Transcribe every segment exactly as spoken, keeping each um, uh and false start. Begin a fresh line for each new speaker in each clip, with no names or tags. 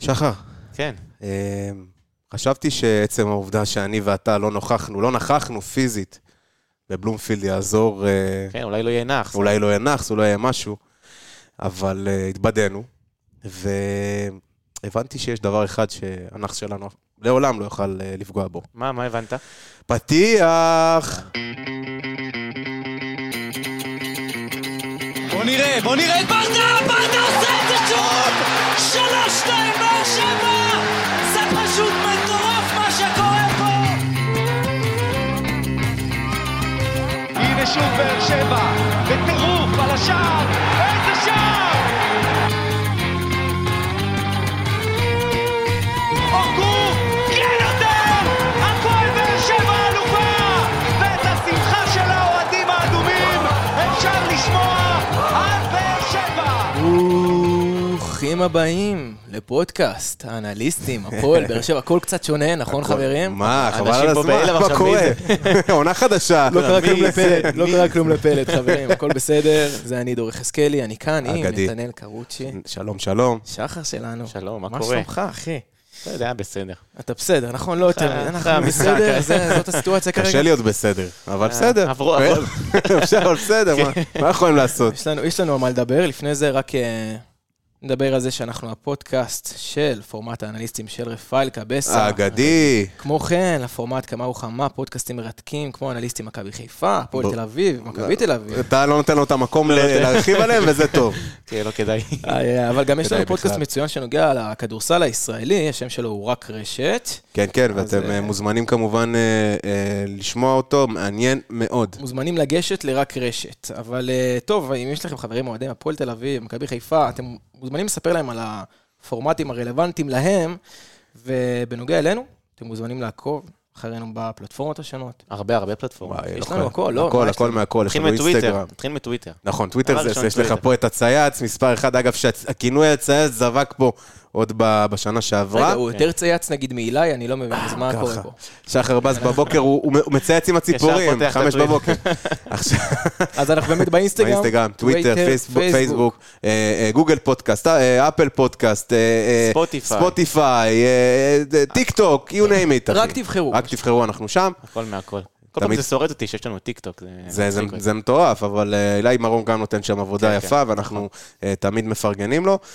שחר.
כן.
חשבתי שעצם העובדה שאני ואתה לא נוכחנו, לא נכחנו פיזית בבלומפילד יעזור...
כן, אולי לא יהיה נחס.
אולי לא יהיה נחס, אולי יהיה משהו, אבל התבדנו, והבנתי שיש דבר אחד שהנחס שלנו לעולם לא יוכל לפגוע בו.
מה, מה הבנת?
פתיח!
בוא נראה, בוא נראה את ברדה, ברדה עושה את זה שוב! שלוש, שתיים, באר שבע! זה פשוט מטורף מה שקורה פה! הנה שוב באר שבע, בטירוף על השער, איזה שער! אורגו, כן יותר! הפועל באר שבע אלופה! ואת השמחה של האוהדים האדומים אפשר לשמוע על באר שבע!
ברוכים הבאים לפודקאסט, האנליסטים, הפועל באר שבע, הכל קצת שונה, נכון חברים?
מה, חבל על הזמן, מה קורה? עונה חדשה.
לא קרה כלום לפלט, לא קרה כלום לפלט, חברים, הכל בסדר, זה אני דור יחזקאלי, אני כאן עם נתנאל קרוצ'י.
שלום, שלום.
שחר שלנו.
שלום, מה
מה
קורה?
שלומך, אחי?
אתה יודע, בסדר.
אתה בסדר, נכון? לא יותר, אנחנו בסדר, זאת הסיטואציה כרגע.
קשה להיות בסדר, אבל בסדר.
עברו, עברו.
אפשר, אבל בסדר, מה יכולים לעשות?
יש לנו על מה לדבר, לפני זה רק נדבר על זה שאנחנו הפודקאסט של פורמט האנליסטים של רפאל קבסה.
אגדי.
כמו כן, לפורמט כמה וכמה פודקאסטים מרתקים, כמו אנליסטים מכבי חיפה, הפועל תל אביב, מכבי תל אביב.
אתה לא נותן לו את המקום להרחיב עליהם, וזה טוב.
כן, לא כדאי.
אבל גם יש לנו פודקאסט מצוין שנוגע לכדורסל הישראלי, השם שלו הוא רק רשת.
כן, כן, ואתם מוזמנים כמובן לשמוע אותו, מעניין מאוד.
מוזמנים לגשת לרק רשת. אבל טוב, אם יש לכם חברים אוהדים, הפועל תל אביב, מכבי חיפה, אתם מוזמנים לספר להם על הפורמטים הרלוונטיים להם, ובנוגע אלינו, אתם מוזמנים לעקוב אחרינו בפלטפורמות השונות.
הרבה, הרבה פלטפורמות.
יש לנו הכל, לא?
הכל, הכל מהכל.
תתחיל מטוויטר. תתחיל מטוויטר.
נכון, טוויטר זה, יש לך פה את הצייץ, מספר אחד, אגב, שהכינוי הצייץ זבק פה עוד בשנה שעברה.
רגע, הוא יותר צייץ נגיד מאילי, אני לא מבין, אז מה קורה פה?
שחר בס בבוקר, הוא מצייץ עם הציפורים, חמש בבוקר.
אז אנחנו באמת באינסטגרם.
באינסטגרם, טוויטר, פייסבוק, גוגל פודקאסט, אפל פודקאסט, ספוטיפיי, טיק טוק, you name it.
רק תבחרו.
רק תבחרו, אנחנו שם.
הכל מהכל. כל פעם זה שורד אותי שיש לנו טיק טוק.
זה מטורף, אבל אילי מרום גם נותן שם עבודה יפה, ואנחנו תמיד מפרגנים לו.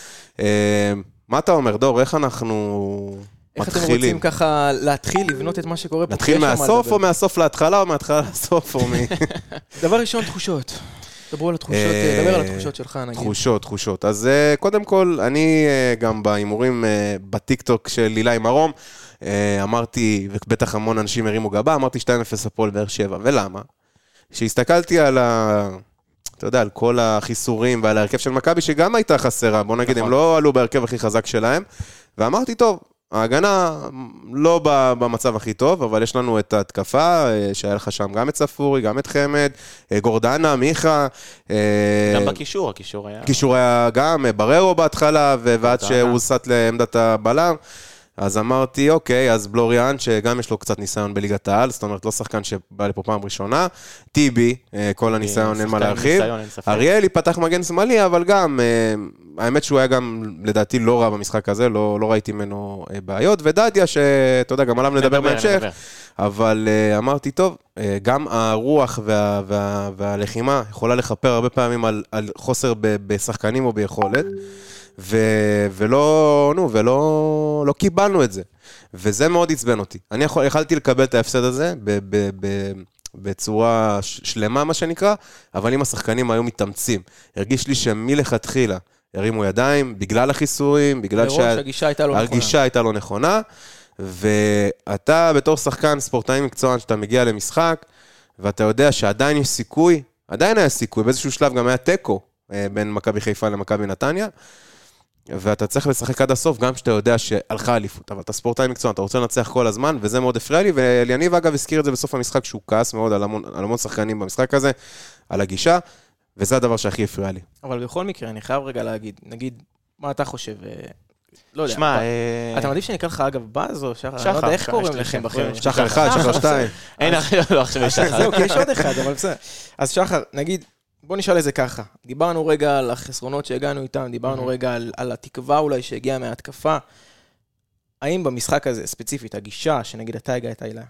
מה אתה אומר, דור? איך אנחנו
איך
מתחילים?
אתם רוצים ככה להתחיל לבנות את מה שקורה פה?
נתחיל מהסוף או מהסוף להתחלה או מההתחלה לסוף?
דבר ראשון, תחושות. דברו על התחושות, דבר על התחושות שלך, נגיד.
תחושות, תחושות. אז קודם כל, אני גם בהימורים בטיקטוק של אילי מרום, אמרתי, ובטח המון אנשים הרימו גבה, אמרתי שתיים אפס הפועל באר שבע. ולמה? כשהסתכלתי על ה... אתה יודע, על כל החיסורים ועל ההרכב של מכבי, שגם הייתה חסרה, בוא נגיד, הם לא עלו בהרכב הכי חזק שלהם, ואמרתי, טוב, ההגנה לא במצב הכי טוב, אבל יש לנו את ההתקפה, שהיה לך שם גם את ספורי, גם את חמד, גורדנה, מיכה.
גם בקישור, הקישור היה...
קישור היה גם, בררו בהתחלה, ועד שהוא הוסט לעמדת הבלם. אז אמרתי, אוקיי, אז בלוריאן, שגם יש לו קצת ניסיון בליגת העל, זאת אומרת, לא שחקן שבא לפה פעם ראשונה, טיבי, כל הניסיון, אין מה להרחיב. אריאל יפתח מגן שמאלי, אבל גם, האמת שהוא היה גם, לדעתי, לא רע במשחק הזה, לא, לא ראיתי ממנו בעיות, ודדיה, שאתה יודע, גם עליו נדבר בהמשך, אבל אמרתי, טוב, גם הרוח וה, וה, והלחימה יכולה לחפר הרבה פעמים על, על חוסר ב, בשחקנים או ביכולת, ו, ולא, נו, ולא, לא קיבלנו את זה. וזה מאוד עצבן אותי. אני יכול, יכלתי לקבל את ההפסד הזה ב, ב, ב, בצורה שלמה, מה שנקרא, אבל אם השחקנים היו מתאמצים, הרגיש לי שמלכתחילה הרימו ידיים, בגלל החיסורים, בגלל
שהגישה הייתה לא נכונה.
הרגישה הייתה לא נכונה, ואתה בתור שחקן ספורטאי מקצוען, שאתה מגיע למשחק, ואתה יודע שעדיין יש סיכוי, עדיין היה סיכוי, באיזשהו שלב גם היה טקו, בין מכבי חיפה למכבי נתניה, ואתה צריך לשחק עד הסוף, גם כשאתה יודע שהלכה אליפות, אבל אתה ספורטאי מקצוען, אתה רוצה לנצח כל הזמן, וזה מאוד הפריע לי, ואליניב אגב הזכיר את זה בסוף המשחק, שהוא כעס מאוד על המון, על המון שחקנים במשחק הזה, על הגישה, וזה הדבר שהכי הפריע לי.
אבל בכל מקרה, אני חייב רגע להגיד, נגיד, מה אתה חושב? לא יודע.
שמע,
אתה מעדיף שנקרא לך אגב באז או שחר? אני לא יודע איך קוראים לכם בחיים.
שחר אחד, שחר שתיים.
אין אחרי, לא עכשיו יש שחר.
זהו, כי יש עוד אחד, אבל בסדר. אז שחר, נגיד, בוא נשאל את זה ככה. דיברנו רגע על החסרונות שהגענו איתם, דיברנו רגע על, על התקווה אולי שהגיעה מההתקפה. האם במשחק הזה, ספציפית, הגישה שנגיד אתה הגעת אליה,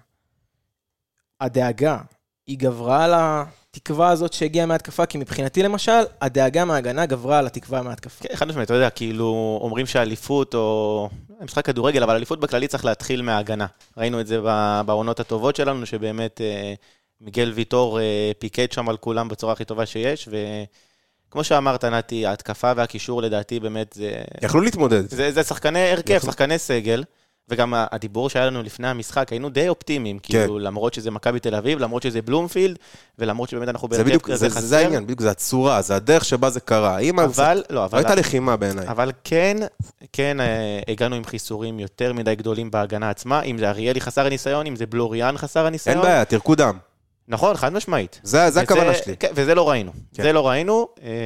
הדאגה, היא גברה על התקווה הזאת שהגיעה מההתקפה, כי מבחינתי למשל, הדאגה מההגנה גברה על התקווה מההתקפה.
כן, אחד משמעית, אתה יודע, כאילו אומרים שהאליפות, או משחק כדורגל, אבל האליפות בכללי צריך להתחיל מההגנה. ראינו את זה בעונות הטובות שלנו, שבאמת מיגל ויטור פיקד שם על כולם בצורה הכי טובה שיש, וכמו שאמרת, נתי, ההתקפה והקישור לדעתי באמת זה...
יכלו להתמודד.
זה, זה שחקני הרכב, שחקני סגל, וגם הדיבור שהיה לנו לפני המשחק, היינו די אופטימיים, כאילו, למרות שזה מכבי תל אביב, למרות שזה בלומפילד, ולמרות שבאמת אנחנו בהרכב כזה חסר.
זה העניין, בדיוק, זה הצורה, זה הדרך שבה זה קרה.
אבל, לא, אבל...
הייתה לחימה בעיניי.
אבל כן, כן, הגענו עם חיסורים יותר מדי גדולים בהגנה עצמה, אם זה אריאלי חסר הניסיון, אם זה בלוריאן חסר הניסיון.
אין בעיה, תרקו דם.
נכון, חד משמעית.
זה, זה הכוונה שלי.
וזה לא ראינו. זה לא ראינו.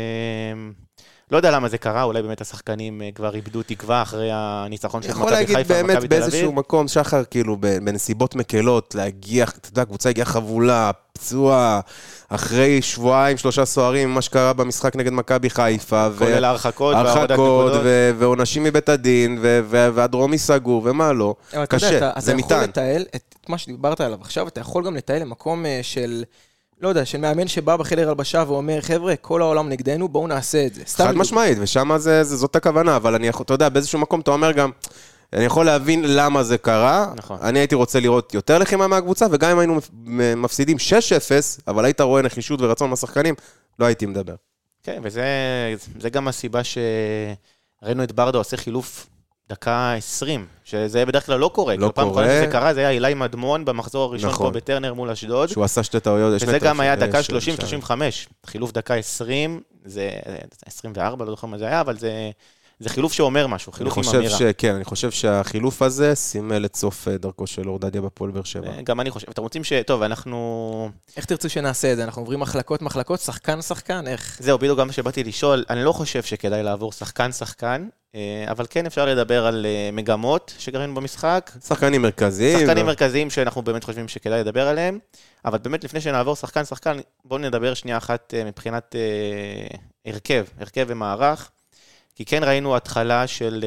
לא יודע למה זה קרה, אולי באמת השחקנים כבר איבדו תקווה אחרי הניצחון של מכבי חיפה, מכבי תל אביב.
יכול להגיד באמת באיזשהו מקום, שחר, כאילו, בנסיבות מקלות, להגיע, אתה יודע, קבוצה הגיעה חבולה, פצועה, אחרי שבועיים, שלושה סוערים, מה שקרה במשחק נגד מכבי חיפה.
כולל ההרחקות,
הרחקות, ועונשים מבית הדין, והדרומי סגור, ומה לא. קשה, זה ניתן.
אתה יכול לתעל את מה שדיברת עליו עכשיו, אתה יכול גם לתעל למקום של... לא יודע, של מאמן שבא בחדר הלבשה ואומר, חבר'ה, כל העולם נגדנו, בואו נעשה את זה.
חד משמעית, ושם זה, זה, זאת הכוונה, אבל אני יכול, אתה יודע, באיזשהו מקום אתה אומר גם, אני יכול להבין למה זה קרה, נכון. אני הייתי רוצה לראות יותר לחימה מהקבוצה, וגם אם היינו מפסידים שש אפס, אבל היית רואה נחישות ורצון מהשחקנים, לא הייתי מדבר.
כן, וזה זה גם הסיבה שראינו את ברדה עושה חילוף דקה עשרים, שזה בדרך כלל לא קורה.
לא
פעם
קורה.
זה קרה, זה היה אילי מדמון במחזור הראשון נכון. פה בטרנר מול אשדוד.
שהוא עשה שתי טעויות.
וזה גם היה דקה שלושים שלושים וחמש. חילוף דקה עשרים, זה עשרים וארבע, לא זוכר מה זה היה, אבל זה, זה חילוף שאומר משהו, חילוף עם אמירה.
כן, אני חושב שהחילוף הזה סימל את סוף דרכו של אורדדיה בפועל באר שבע.
גם אני חושב. אתם רוצים ש... טוב, אנחנו...
איך תרצו שנעשה את זה? אנחנו עוברים מחלקות, מחלקות, שחקן, שחקן, איך?
זהו, בדיוק גם שבאתי לשאול, אני לא חושב שכדאי לעבור שחקן, שחקן, אבל כן אפשר לדבר על מגמות שגרנו במשחק.
שחקנים מרכזיים.
שחקנים מרכזיים שאנחנו באמת חושבים שכדאי לדבר עליהם, אבל באמת לפני שנעבור שחקן, שחקן, בואו נדבר שנייה אחת מבחינת הרכב, הרכב ומערך, כי כן ראינו התחלה של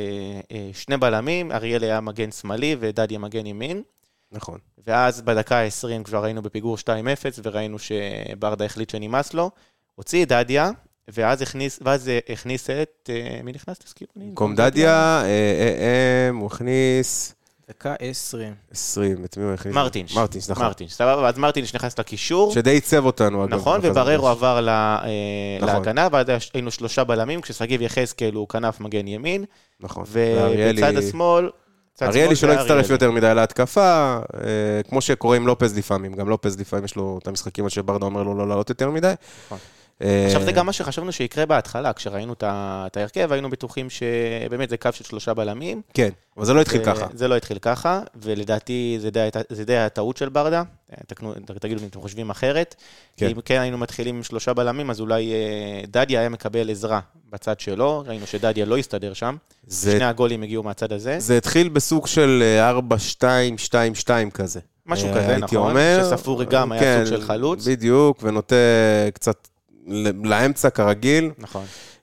שני בלמים, אריאל היה מגן שמאלי ודדיה מגן ימין.
נכון.
ואז בדקה ה-עשרים כבר ראינו בפיגור שתיים אפס, וראינו שברדה החליט שנמאס לו, הוציא את דדיה, ואז הכניס, ואז הכניס את, מי נכנס? תזכיר?
במקום דדיה, הוא הכניס...
דקה עשרים.
עשרים, את מי הוא הכניס?
מרטינש.
מרטינש, נכון.
מרטינש, סבבה, אז מרטינש נכנס לקישור.
שדי ייצב אותנו, אגב.
נכון, ובררו עבר להגנה, ואז היינו שלושה בלמים, כשסגיב יחזקאל הוא כנף מגן ימין.
נכון.
ובצד השמאל...
אריאלי שלא יצטרף יותר מדי להתקפה, כמו שקורה עם לופז לפעמים, גם לופז לפעמים יש לו את המשחקים שברדה אומר לו לא לעלות יותר מדי.
עכשיו זה גם מה שחשבנו שיקרה בהתחלה, כשראינו את ההרכב, היינו בטוחים שבאמת זה קו של שלושה בלמים.
כן, אבל זה לא התחיל ככה.
זה לא התחיל ככה, ולדעתי זה די הטעות של ברדה, תגידו אם אתם חושבים אחרת, כי אם כן היינו מתחילים עם שלושה בלמים, אז אולי דדיה היה מקבל עזרה בצד שלו, ראינו שדדיה לא הסתדר שם, שני הגולים הגיעו מהצד הזה.
זה התחיל בסוג של ארבע שתיים שתיים שתיים כזה.
משהו כזה, נכון, שספורי גם היה סוג של חלוץ.
בדיוק, ונוטה קצת לאמצע כרגיל.
נכון.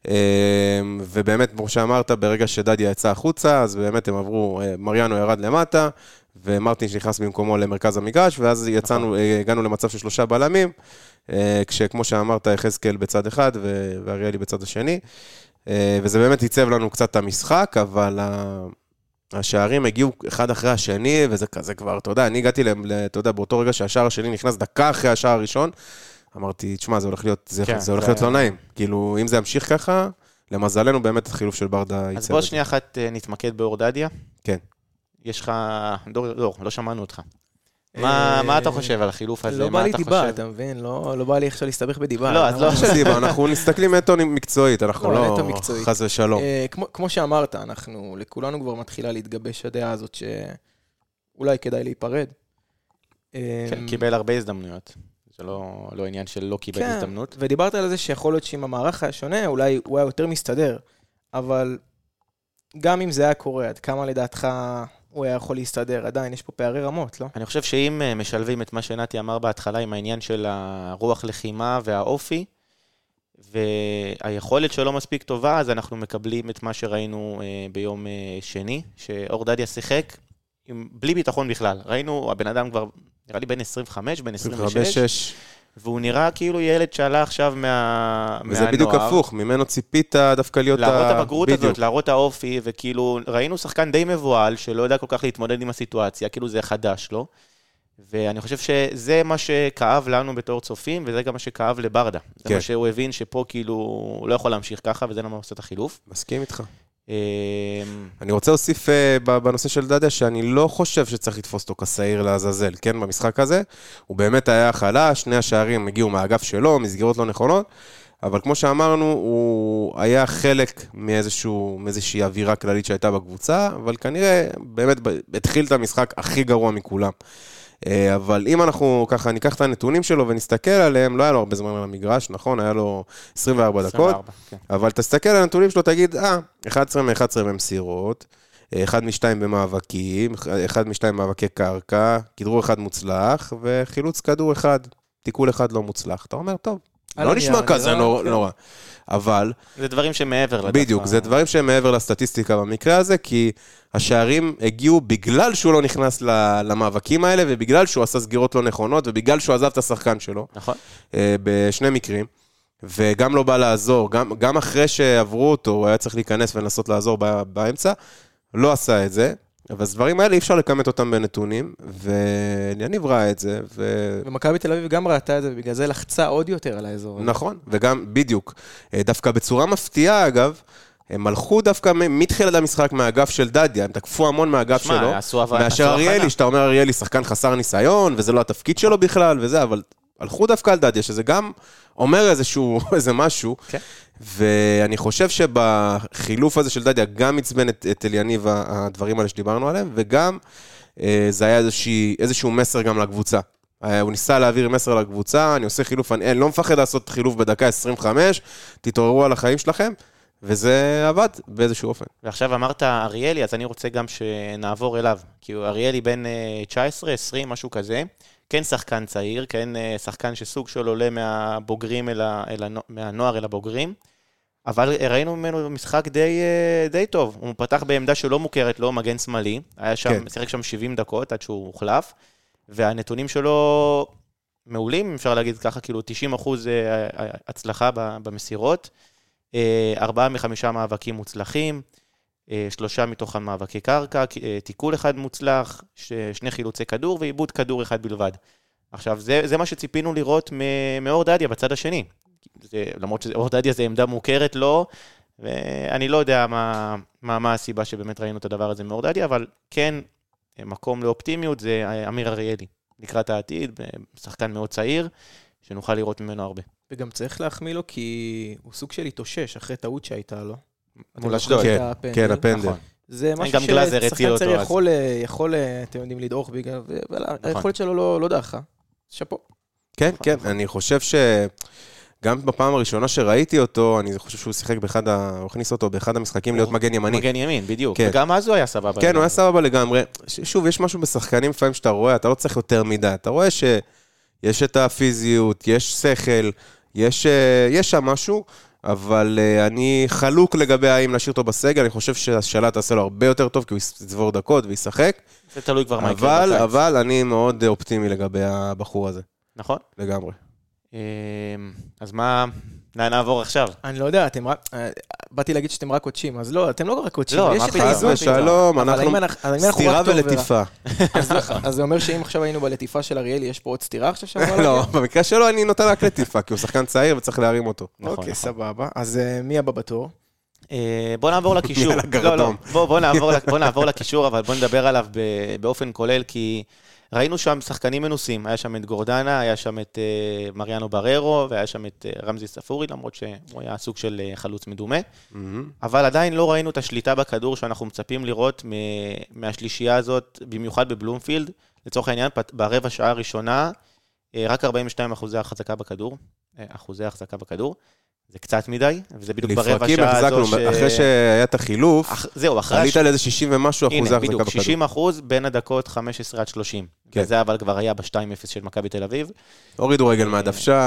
ובאמת, כמו שאמרת, ברגע שדדיה יצא החוצה, אז באמת הם עברו, מריאנו ירד למטה, ומרטין שנכנס במקומו למרכז המגרש, ואז יצאנו, הגענו למצב של שלושה בלמים, כשכמו שאמרת, יחזקאל בצד אחד, ואריאלי בצד השני, וזה באמת ייצב לנו קצת את המשחק, אבל השערים הגיעו אחד אחרי השני, וזה כזה כבר, אתה יודע, אני הגעתי, אתה יודע, באותו רגע שהשער השני נכנס דקה אחרי השער הראשון, אמרתי, תשמע, זה הולך להיות, זה, כן, זה הולך זה... להיות לא נעים. כאילו, אם זה ימשיך ככה, למזלנו באמת החילוף של ברדה ייצב.
אז בוא שנייה אחת נתמקד באורדדיה.
כן.
יש לך, לא, לא, לא שמענו אותך. מה, מה אתה חושב על החילוף הזה?
לא בא לי דיבה, אתה מבין? לא, לא בא לי עכשיו להסתבך בדיבה.
לא, אז לא.
שדיבה, אנחנו מסתכלים נטו מקצועית, אנחנו לא חס ושלום.
כמו, כמו שאמרת, אנחנו, לכולנו כבר מתחילה להתגבש הדעה הזאת שאולי כדאי להיפרד.
כן, קיבל הרבה הזדמנויות. זה לא, לא עניין של לא קיבל
כן,
הזדמנות.
ודיברת על זה שיכול להיות שאם המערך היה שונה, אולי הוא היה יותר מסתדר. אבל גם אם זה היה קורה, עד כמה לדעתך הוא היה יכול להסתדר? עדיין יש פה פערי רמות, לא?
אני חושב שאם משלבים את מה שנתי אמר בהתחלה עם העניין של הרוח לחימה והאופי, והיכולת שלו מספיק טובה, אז אנחנו מקבלים את מה שראינו ביום שני, שאור דדיה שיחק בלי ביטחון בכלל. ראינו, הבן אדם כבר, נראה לי בין עשרים וחמש, בין עשרים ושש, והוא נראה כאילו ילד שעלה עכשיו מה...
וזה בדיוק הפוך, ממנו ציפית דווקא להיות...
להראות את הבגרות הזאת, להראות את האופי, וכאילו ראינו שחקן די מבועל, שלא יודע כל כך להתמודד עם הסיטואציה, כאילו זה חדש לו, ואני חושב שזה מה שכאב לנו בתור צופים, וזה גם מה שכאב לברדה. זה
כן.
מה שהוא הבין שפה כאילו הוא לא יכול להמשיך ככה, וזה למה עושה את החילוף.
מסכים איתך. אני רוצה להוסיף בנושא של דדיה, שאני לא חושב שצריך לתפוס אותו כשעיר לעזאזל, כן, במשחק הזה. הוא באמת היה חלש, שני השערים הגיעו מהאגף שלו, מסגרות לא נכונות, אבל כמו שאמרנו, הוא היה חלק מאיזשהו, מאיזושהי אווירה כללית שהייתה בקבוצה, אבל כנראה באמת התחיל את המשחק הכי גרוע מכולם. אבל אם אנחנו ככה ניקח את הנתונים שלו ונסתכל עליהם, לא היה לו הרבה זמן על המגרש, נכון? היה לו עשרים וארבע דקות, כן. אבל תסתכל על הנתונים שלו, תגיד, אה, אחת עשרה מ-אחת עשרה במסירות, אחד משתיים במאבקים, אחד משתיים במאבקי קרקע, כדרור אחד מוצלח, וחילוץ כדור אחד, תיקול אחד לא מוצלח. אתה אומר, טוב, לא נשמע כזה נורא. אבל...
זה דברים שמעבר לדף.
בדיוק, זה דברים שמעבר לסטטיסטיקה במקרה הזה, כי השערים הגיעו בגלל שהוא לא נכנס למאבקים האלה, ובגלל שהוא עשה סגירות לא נכונות, ובגלל שהוא עזב את השחקן שלו.
נכון.
בשני מקרים. וגם לא בא לעזור, גם, גם אחרי שעברו אותו, הוא היה צריך להיכנס ולנסות לעזור באמצע, לא עשה את זה. אבל הדברים האלה אי אפשר לקמת אותם בנתונים, ויניב ראה את זה. ו...
ומכבי תל אביב גם ראתה את זה, ובגלל זה לחצה עוד יותר על האזור.
נכון, וגם בדיוק. דווקא בצורה מפתיעה, אגב, הם הלכו דווקא מתחילת המשחק מהאגף של דדיה, הם תקפו המון מהאגף שלו, מאשר אריאלי, שאתה אומר אריאלי שחקן חסר ניסיון, וזה לא התפקיד שלו בכלל, וזה, אבל הלכו דווקא על דדיה, שזה גם אומר איזשהו, איזה משהו, ואני חושב שבחילוף הזה של דדיה, גם עצבן את, את אליניב הדברים האלה שדיברנו עליהם, וגם זה היה איזושהי, איזשהו מסר גם לקבוצה. הוא ניסה להעביר מסר לקבוצה, אני עושה חילוף, אני לא מפחד לעשות חילוף בדקה עשרים וחמש, תתעוררו על החיים שלכם, וזה עבד באיזשהו אופן.
ועכשיו אמרת אריאלי, אז אני רוצה גם שנעבור אליו, כי אריאלי בין תשע עשרה, עשרים, משהו כזה, כן שחקן צעיר, כן שחקן שסוג שלו עולה מהבוגרים אל ה, אל הנוע, מהנוער אל הבוגרים, אבל ראינו ממנו משחק די, די טוב. הוא פתח בעמדה שלא מוכרת לו, מגן שמאלי, היה שם, כן. שיחק שם שבעים דקות עד שהוא הוחלף, והנתונים שלו מעולים, אפשר להגיד ככה, כאילו תשעים אחוז הצלחה במסירות, ארבעה מחמישה מאבקים מוצלחים, שלושה מתוך מאבקי קרקע, תיקול אחד מוצלח, שני חילוצי כדור ואיבוד כדור אחד בלבד. עכשיו, זה, זה מה שציפינו לראות מאור דדיה בצד השני. זה, למרות שאור דדיה זה עמדה מוכרת לו, ואני לא יודע מה, מה, מה הסיבה שבאמת ראינו את הדבר הזה מאור דדיה, אבל כן, מקום לאופטימיות זה אמיר אריאלי. לקראת העתיד, שחקן מאוד צעיר, שנוכל לראות ממנו הרבה.
וגם צריך להחמיא לו, כי הוא סוג של התאושש אחרי טעות שהייתה לו.
מול אשדוד.
כן, הפנדל.
זה משהו ששחקן צעיר יכול, יכול, אתם יודעים, לדעוך בגלל, והיכולת שלו לא דעכה. שפו.
כן, כן, אני חושב שגם בפעם הראשונה שראיתי אותו, אני חושב שהוא שיחק באחד, הוא הכניס אותו באחד המשחקים להיות מגן ימני.
מגן ימין, בדיוק. וגם אז הוא היה סבבה.
כן, הוא היה סבבה לגמרי. שוב, יש משהו בשחקנים לפעמים שאתה רואה, אתה לא צריך יותר מדי. אתה רואה שיש את הפיזיות, יש שכל, יש שם משהו, אבל אני חלוק לגבי האם להשאיר אותו בסגל, אני חושב שהשאלה תעשה לו הרבה יותר טוב, כי הוא יצבור דקות וישחק.
זה תלוי כבר מה יקרה בקיץ.
אבל אני מאוד אופטימי לגבי הבחור הזה.
נכון?
לגמרי.
אז מה, נעבור עכשיו?
אני לא יודע, אתם רק, באתי להגיד שאתם רק קודשים, אז לא, אתם לא רק קודשים.
לא, מה פתאום?
חס ושלום, אנחנו סתירה ולטיפה.
אז זה אומר שאם עכשיו היינו בלטיפה של אריאלי, יש פה עוד סתירה עכשיו שם?
לא, במקרה שלו אני נותן רק לטיפה, כי הוא שחקן צעיר וצריך להרים אותו.
אוקיי, סבבה. אז מי הבא בתור?
בוא נעבור לקישור. לא, לא, בוא נעבור לקישור, אבל בוא נדבר עליו באופן כולל, כי ראינו שם שחקנים מנוסים, היה שם את גורדנה, היה שם את uh, מריאנו בררו, והיה שם את uh, רמזי ספורי, למרות שהוא היה סוג של uh, חלוץ מדומה. Mm-hmm. אבל עדיין לא ראינו את השליטה בכדור שאנחנו מצפים לראות מ- מהשלישייה הזאת, במיוחד בבלומפילד. לצורך העניין, ברבע שעה הראשונה, uh, רק ארבעים ושתיים אחוזי החזקה בכדור, uh, אחוזי החזקה בכדור. זה קצת מדי, וזה בדיוק ברבע שעה הזו ש...
אחרי שהיה את החילוף,
אח... זהו, אחרי...
עלית על איזה שישים ומשהו אחוזי החזקה בכדור.
הנה, בדיוק, שישים אחוז בין הדקות חמש עשרה עד שלושים. כן. וזה אבל כבר היה ב-שתיים אפס של מכבי תל אביב.
הורידו רגל מהדוושה.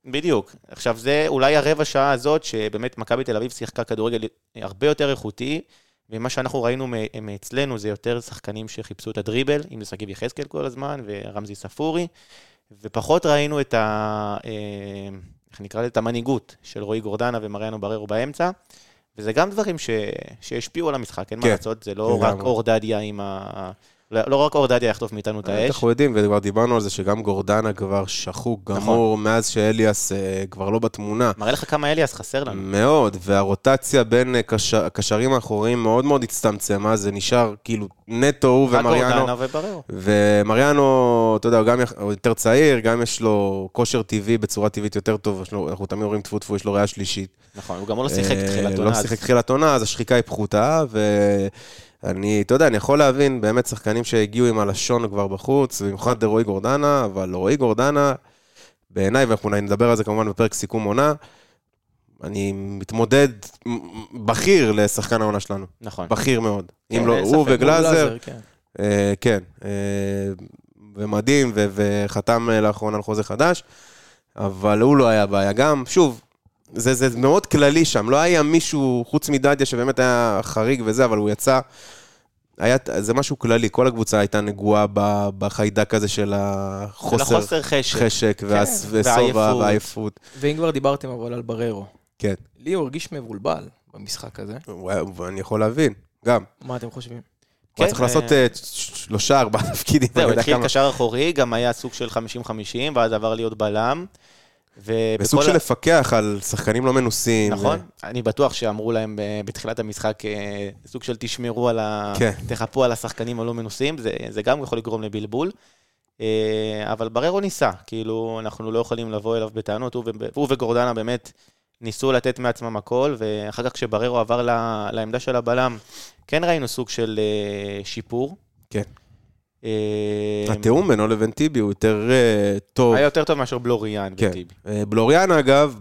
בדיוק. עכשיו, זה אולי הרבע שעה הזאת, שבאמת מכבי תל אביב שיחקה כדורגל הרבה יותר איכותי, ומה שאנחנו ראינו מאצלנו, זה יותר שחקנים שחיפשו את הדריבל, אם זה שגיב יחזקאל כל הזמן, ורמזי ספורי, ופחות ראינו את ה... איך נקרא לזה? את המנהיגות של רועי גורדנה ומריאנו בררו באמצע, וזה גם דברים ש... שהשפיעו על המשחק, אין מה לעשות, זה לא רק אור דדיה עם ה... לא רק אור דדיה יחטוף מאיתנו את האש.
אנחנו יודעים, וכבר דיברנו על זה שגם גורדנה כבר שחוק גמור, מאז שאליאס כבר לא בתמונה.
מראה לך כמה אליאס חסר לנו.
מאוד, והרוטציה בין הקשרים האחוריים מאוד מאוד הצטמצמה, זה נשאר כאילו נטו הוא ומריאנו.
גורדנה ובררו.
ומריאנו, אתה יודע, הוא יותר צעיר, גם יש לו כושר טבעי בצורה טבעית יותר טוב, אנחנו תמיד אומרים טפו טפו, יש לו ריאה שלישית.
נכון, הוא גם לא שיחק תחילת עונה.
לא שיחק תחילת עונה, אז השחיקה היא פחותה, ו... אני, אתה יודע, אני יכול להבין באמת שחקנים שהגיעו עם הלשון כבר בחוץ, במיוחד רועי גורדנה, אבל רועי גורדנה, בעיניי, ואנחנו נדבר על זה כמובן בפרק סיכום עונה, אני מתמודד בכיר לשחקן העונה שלנו.
נכון.
בכיר מאוד.
כן,
אם לא, הוא וגלאזר,
כן.
אה, כן, אה, ומדהים, ו- וחתם לאחרונה על חוזה חדש, אבל הוא לא היה בעיה. גם, שוב, זה, זה מאוד כללי שם, לא היה מישהו חוץ מדדיה שבאמת היה חריג וזה, אבל הוא יצא, היה, זה משהו כללי, כל הקבוצה הייתה נגועה בחיידק הזה של החוסר,
של החוסר חשק,
חשק כן, והסובה והעייפות.
ואם כבר דיברתם אבל על בררו,
כן.
לי הוא הרגיש מבולבל במשחק הזה.
ואני יכול להבין, גם.
מה אתם חושבים?
הוא צריך לעשות שלושה, ארבעה תפקידים.
זהו, התחיל קשר אחורי, גם היה סוג של חמישים חמישים, ואז עבר להיות בלם.
וסוג של לפקח על שחקנים לא מנוסים.
נכון, אני בטוח שאמרו להם בתחילת המשחק, סוג של תשמרו על ה... תחפו על השחקנים הלא מנוסים, זה גם יכול לגרום לבלבול. אבל בררו ניסה, כאילו אנחנו לא יכולים לבוא אליו בטענות, הוא וגורדנה באמת ניסו לתת מעצמם הכל, ואחר כך כשבררו עבר לעמדה של הבלם, כן ראינו סוג של שיפור.
כן. התיאום בינו לבין טיבי הוא יותר טוב.
היה יותר טוב מאשר בלוריאן וטיבי.
בלוריאן אגב,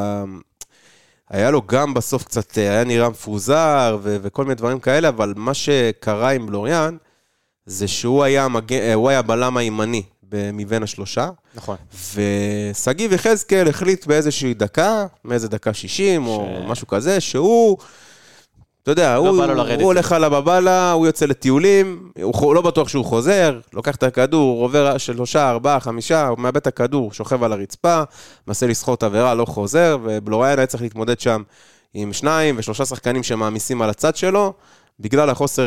היה לו גם בסוף קצת, היה נראה מפוזר וכל מיני דברים כאלה, אבל מה שקרה עם בלוריאן, זה שהוא היה בלם הימני מבין השלושה.
נכון.
וסגיב יחזקאל החליט באיזושהי דקה, מאיזה דקה שישים או משהו כזה, שהוא... אתה יודע, הוא הולך על הבבלה, הוא יוצא לטיולים, הוא לא בטוח שהוא חוזר, לוקח את הכדור, עובר שלושה, ארבעה, חמישה, הוא מאבד את הכדור, שוכב על הרצפה, מנסה לסחוט עבירה, לא חוזר, ובלוריאן היה צריך להתמודד שם עם שניים ושלושה שחקנים שמעמיסים על הצד שלו, בגלל החוסר,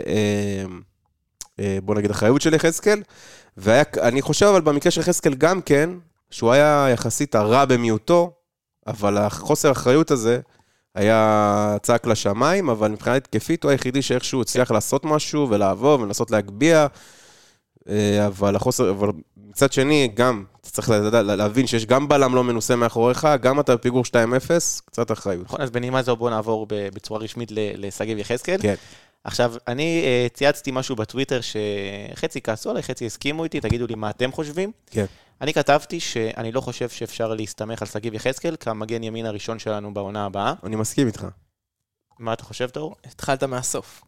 בוא נגיד, אחריות של יחזקאל, ואני חושב אבל במקרה של יחזקאל גם כן, שהוא היה יחסית הרע במיעוטו, אבל החוסר האחריות הזה, היה צעק לשמיים, אבל מבחינה התקפית הוא היחידי שאיכשהו הצליח לעשות משהו ולעבור ולנסות להגביע, אבל החוסר, אבל מצד שני גם צריך להבין שיש גם בלם לא מנוסה מאחוריך, גם אתה בפיגור שתיים אפס, קצת אחריות.
נכון, אז בנימה זו בוא נעבור בצורה רשמית לסגיב יחזקאל.
כן.
עכשיו, אני צייצתי משהו בטוויטר שחצי כעסו עליי, חצי הסכימו איתי, תגידו לי מה אתם חושבים.
כן.
אני כתבתי שאני לא חושב שאפשר להסתמך על סגיב יחזקאל כמגן ימין הראשון שלנו בעונה הבאה.
אני מסכים איתך.
מה אתה חושב, תאור?
התחלת מהסוף.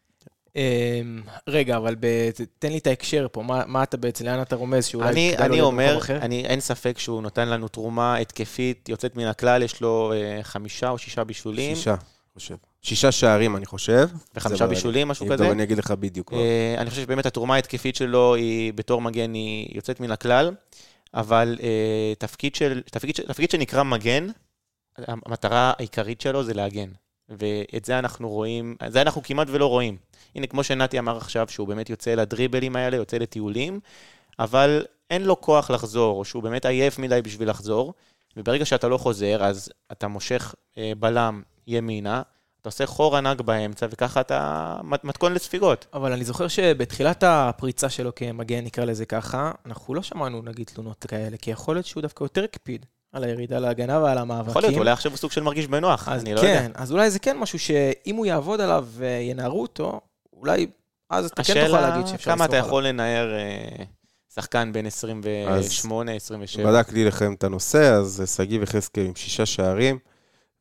רגע, אבל תן לי את ההקשר פה, מה אתה בעצם, לאן אתה רומז שאולי...
אני אומר, אין ספק שהוא נותן לנו תרומה התקפית, יוצאת מן הכלל, יש לו חמישה או שישה בישולים.
שישה, חושב. שישה שערים, אני חושב.
וחמישה בישולים, משהו כזה.
אני אגיד לך בדיוק.
אני חושב שבאמת התרומה ההתקפית שלו היא בתור מגן, היא יוצאת מן הכלל, אבל תפקיד של, תפקיד שנקרא מגן, המטרה העיקרית שלו זה להגן. ואת זה אנחנו רואים, זה אנחנו כמעט ולא רואים. הנה, כמו שנתי אמר עכשיו, שהוא באמת יוצא לדריבלים האלה, יוצא לטיולים, אבל אין לו כוח לחזור, או שהוא באמת עייף מדי בשביל לחזור, וברגע שאתה לא חוזר, אז אתה מושך בלם ימינה, אתה עושה חור ענק באמצע, וככה אתה מתכון לספיגות.
אבל אני זוכר שבתחילת הפריצה שלו כמגן, נקרא לזה ככה, אנחנו לא שמענו, נגיד, תלונות כאלה, כי יכול להיות שהוא דווקא יותר הקפיד על הירידה להגנה ועל המאבקים.
יכול להיות, אולי עכשיו הוא סוג של מרגיש בנוח, אני לא
כן,
יודע.
אז אולי זה כן משהו שאם הוא יעבוד עליו וינערו אותו, אולי אז אתה כן תוכל להגיד שאפשר לסמוך עליו.
כמה אתה יכול לנער שחקן בין עשרים ושמונה עשרים ושבע?
בדק לי לכם את הנושא, אז סגיב יחזקאל עם שישה שערים,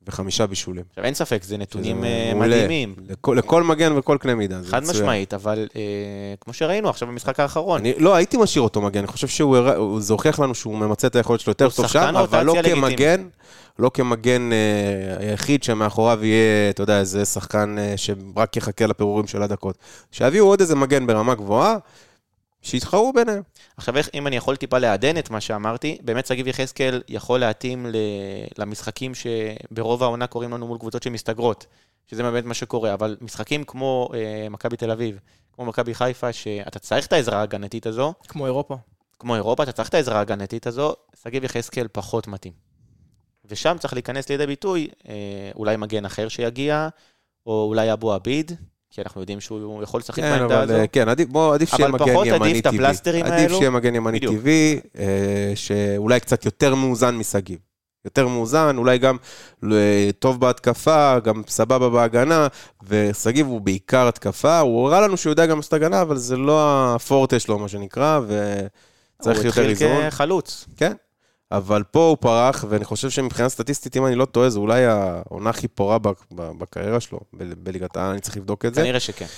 וחמישה בישולים.
עכשיו, אין ספק, זה נתונים
שזה
מדהימים.
לכל, לכל מגן וכל קנה מידה.
חד משמעית, אבל אה, כמו שראינו עכשיו במשחק האחרון.
אני, לא, הייתי משאיר אותו מגן, אני חושב שהוא, זה הוכיח לנו שהוא ממצא את היכולת שלו יותר טוב שם, אבל לא כמגן, לא כמגן אה, היחיד שמאחוריו יהיה, אתה יודע, איזה שחקן אה, שרק יחכה לפירורים של הדקות. שהביאו עוד איזה מגן ברמה גבוהה, שיתחרו ביניהם.
עכשיו, איך, אם אני יכול טיפה לעדן את מה שאמרתי, באמת סגיב יחזקאל יכול להתאים ל, למשחקים שברוב העונה קוראים לנו מול קבוצות שמסתגרות, שזה באמת מה שקורה, אבל משחקים כמו אה, מכבי תל אביב, כמו מכבי חיפה, שאתה צריך את העזרה ההגנתית הזו.
כמו אירופה.
כמו אירופה, אתה צריך את העזרה ההגנתית הזו, סגיב יחזקאל פחות מתאים. ושם צריך להיכנס לידי ביטוי, אה, אולי מגן אחר שיגיע, או אולי אבו עביד, כי אנחנו יודעים שהוא יכול לשחק
כן,
בעמדה
אבל,
הזו.
כן, עדיף, בוא, עדיף שיהיה מגן
אבל פחות
ימני
עדיף את
טבעי.
הפלסטרים
עדיף
האלו.
שיהיה מגן ימני
בדיוק.
טבעי, אה, שאולי קצת יותר מאוזן מסגיב. יותר מאוזן, אולי גם טוב בהתקפה, גם סבבה בהגנה, וסגיב הוא בעיקר התקפה, הוא הראה לנו שהוא יודע גם לעשות הגנה, אבל זה לא הפורטה שלו, מה שנקרא, וצריך יותר איזון.
הוא התחיל כחלוץ.
כן, אבל פה הוא פרח, ואני חושב שמבחינה סטטיסטית, אם אני לא טועה, זה אולי העונה הכי פורה בקריירה שלו, בליגת העל, אני צריך לבדוק את זה.
כנראה שכן.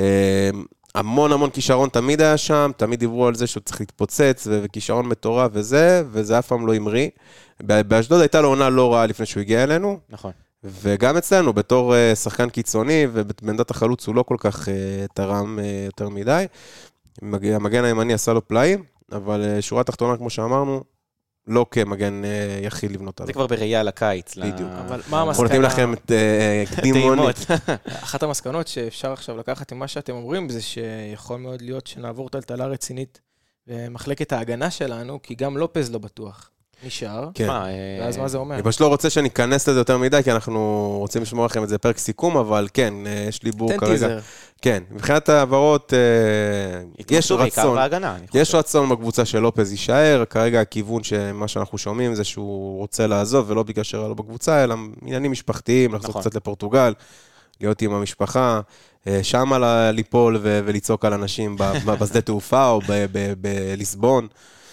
המון המון כישרון תמיד היה שם, תמיד דיברו על זה שהוא צריך להתפוצץ, וכישרון מטורף וזה, וזה אף פעם לא המריא. באשדוד הייתה לו עונה לא רעה לפני שהוא הגיע אלינו.
נכון.
וגם אצלנו, בתור שחקן קיצוני, ובעמדת החלוץ הוא לא כל כך תרם יותר מדי. המגן הימני עשה לו פלאים, אבל שורה תחתונה, כמו שאמרנו, לא כמגן יחיד לבנות עליו.
זה כבר בראייה לקיץ.
בדיוק.
אבל מה המסקנה?
אנחנו נותנים לכם את קדימות.
אחת המסקנות שאפשר עכשיו לקחת עם מה שאתם אומרים, זה שיכול מאוד להיות שנעבור טלטלה רצינית במחלקת ההגנה שלנו, כי גם לופז לא בטוח. נשאר.
כן.
ואז מה זה אומר?
אני פשוט לא רוצה שניכנס לזה יותר מדי, כי אנחנו רוצים לשמור לכם את זה פרק סיכום, אבל כן, יש לי בור כרגע.
תן טיזר.
כן, מבחינת העברות, יש רצון. יש רצון בקבוצה של לופז יישאר, כרגע הכיוון שמה שאנחנו שומעים זה שהוא רוצה לעזוב, ולא בגלל שראה לו בקבוצה, אלא עניינים משפחתיים, לחזור קצת לפורטוגל, להיות עם המשפחה, שם ליפול ולצעוק על אנשים בשדה תעופה או בליסבון.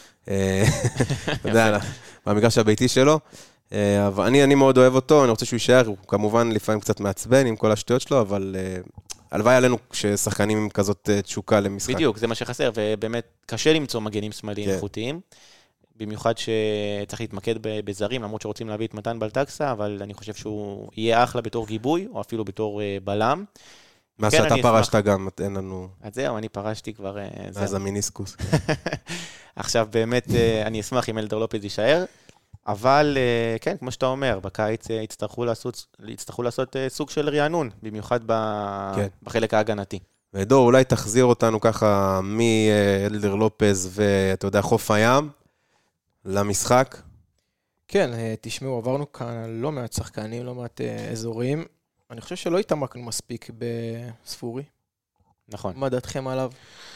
אתה יודע, במגרש הביתי שלו. אבל אני, אני מאוד אוהב אותו, אני רוצה שהוא יישאר, הוא כמובן לפעמים קצת מעצבן עם כל השטויות שלו, אבל הלוואי עלינו ששחקנים עם כזאת תשוקה למשחק.
בדיוק, זה מה שחסר, ובאמת קשה למצוא מגנים שמאליים איכותיים, במיוחד שצריך להתמקד בזרים, למרות שרוצים להביא את מתן בלטקסה, אבל אני חושב שהוא יהיה אחלה בתור גיבוי, או אפילו בתור בלם.
מה שאתה פרשת גם, אין לנו...
אז זהו, אני פרשתי כבר...
אז המיניסקוס.
עכשיו, באמת, אני אשמח אם אלדר לופז יישאר, אבל כן, כמו שאתה אומר, בקיץ יצטרכו לעשות, יצטרכו לעשות סוג של רענון, במיוחד בחלק ההגנתי.
ודור, אולי תחזיר אותנו ככה מאלדר לופז ואתה יודע, חוף הים למשחק?
כן, תשמעו, עברנו כאן לא מעט שחקנים, לא מעט אזורים. אני חושב שלא התעמקנו מספיק בספורי.
נכון.
מה דעתכם עליו?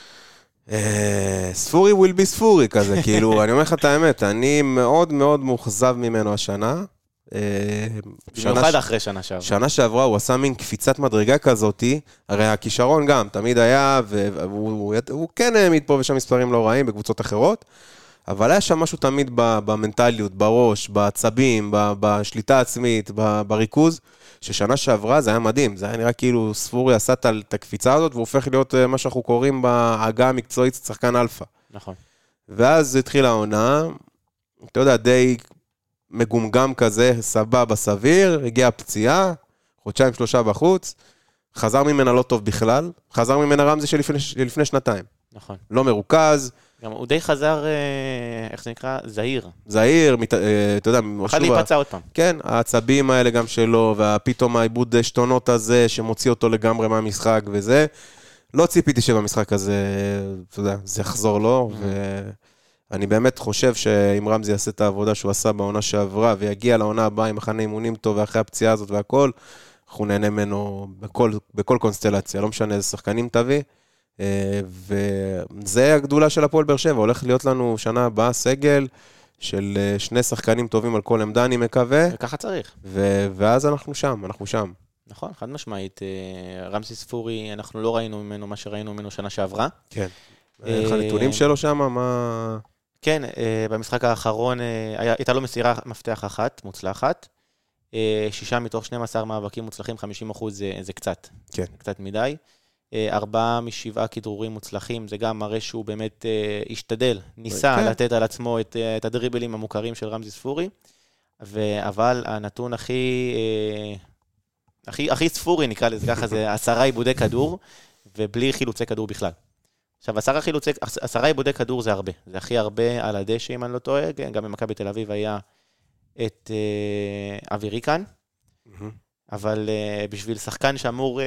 ספורי will be ספורי כזה, כאילו, אני אומר לך את האמת, אני מאוד מאוד מאוכזב ממנו השנה.
במיוחד אחרי שנה שעברה.
שנה שעברה הוא עשה מין קפיצת מדרגה כזאת, הרי הכישרון גם תמיד היה, והוא כן העמיד פה ושם מספרים לא רעים בקבוצות אחרות, אבל היה שם משהו תמיד במנטליות, בראש, בעצבים, בשליטה עצמית, בריכוז, ששנה שעברה זה היה מדהים, זה היה נראה כאילו ספורי עשה את הקפיצה הזאת, והוא הופך להיות מה שאנחנו קוראים בהגה המקצועית, שחקן אלפא.
נכון.
ואז התחילה העונה, אתה יודע, די מגומגם כזה, סבבה, סביר, הגיעה פציעה, חודשיים שלושה בחוץ, חזר ממנה לא טוב בכלל, חזר ממנה רמזי שלפני, לפני שנתיים.
נכון.
לא מרוכז.
גם הוא די חזר, איך זה נקרא? זהיר.
זהיר, אתה יודע,
אחד להיפצע עוד פעם.
כן, העצבים האלה גם שלו, ופתאום העיבוד שתונות הזה, שמוציא אותו לגמרי מהמשחק וזה. לא ציפיתי שבמשחק הזה, אתה יודע, זה יחזור לו, ואני באמת חושב שאם רמזי יעשה את העבודה שהוא עשה בעונה שעברה, ויגיע לעונה הבאה עם מחנה אימונים טוב, ואחרי הפציעה הזאת והכל, אנחנו נהנה ממנו בכל, בכל קונסטלציה, לא משנה איזה שחקנים תביא. וזה הגדולה של הפועל באר שבע, הולך להיות לנו שנה הבאה סגל של שני שחקנים טובים על כל עמדה, אני מקווה.
וככה צריך.
ואז אנחנו שם, אנחנו שם.
נכון, חד משמעית. רמזי ספורי, אנחנו לא ראינו ממנו מה שראינו ממנו שנה שעברה.
כן. איך הנתונים שלו שם, מה...
כן, במשחק האחרון הייתה לו מסירה מפתח אחת, מוצלחת. שישה מתוך שנים עשר מאבקים מוצלחים, חמישים אחוז זה, זה קצת.
כן.
קצת מדי. ארבעה משבעה כדרורים מוצלחים, זה גם מראה שהוא באמת השתדל, ניסה כן. לתת על עצמו את, את הדריבלים המוכרים של רמזי ספורי, אבל הנתון הכי, הכי, הכי ספורי נקרא לזה ככה, זה עשרה עיבודי כדור, ובלי חילוצי כדור בכלל. עכשיו, עשרה, חילוצי, עשרה עיבודי כדור זה הרבה, זה הכי הרבה על הדשא, אם אני לא טועה, גם במכבי תל אביב היה את אבירי כאן, אבל בשביל שחקן שאמור...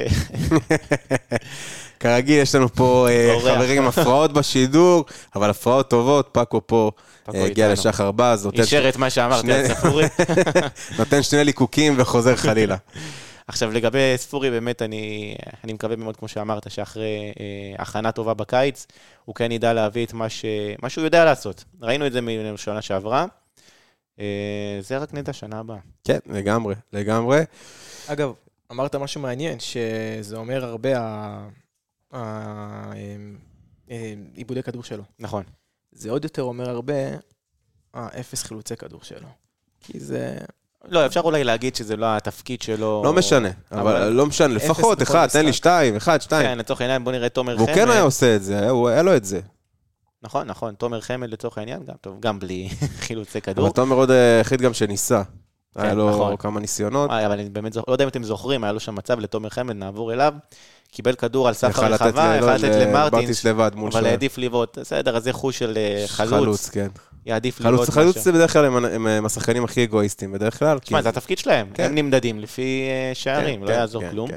כרגיל, יש לנו פה חברים עם הפרעות בשידור, אבל הפרעות טובות, פאקו פה הגיע לשחר בז.
אישר את מה שאמרתי על ספורי.
נותן שני ליקוקים וחוזר חלילה.
עכשיו, לגבי ספורי, באמת, אני, אני מקווה מאוד, כמו שאמרת, שאחרי אה, הכנה טובה בקיץ, הוא כן ידע להביא את מה, ש, מה שהוא יודע לעשות. ראינו את זה משנה שעברה. אה, זה רק נדע שנה הבאה.
כן, לגמרי, לגמרי.
אגב, אמרת משהו מעניין, שזה אומר הרבה העיבודי כדור שלו.
נכון.
זה עוד יותר אומר הרבה האפס חילוצי כדור שלו. כי זה...
לא, אפשר אולי להגיד שזה לא התפקיד שלו...
לא משנה, אבל לא משנה, לפחות אחד, תן לי שתיים, אחד, שתיים.
כן, לצורך העניין, בוא נראה תומר חמד.
והוא כן היה עושה את זה, היה לו את זה.
נכון, נכון, תומר חמד לצורך העניין, גם טוב, גם בלי חילוצי כדור.
אבל תומר עוד החליט גם שניסה. היה לו כמה ניסיונות.
אבל אני באמת לא יודע אם אתם זוכרים, היה לו שם מצב לתומר חמד, נעבור אליו, קיבל כדור על סף הרחבה, יכול לתת למרטינס, אבל העדיף לבעוט. בסדר, אז זה חוש של חלוץ.
חלוץ, כן.
יעדיף לבעוט.
חלוץ זה בדרך כלל הם השחקנים הכי אגואיסטים, בדרך כלל.
תשמע, זה התפקיד שלהם, הם נמדדים לפי שערים, לא יעזור כלום.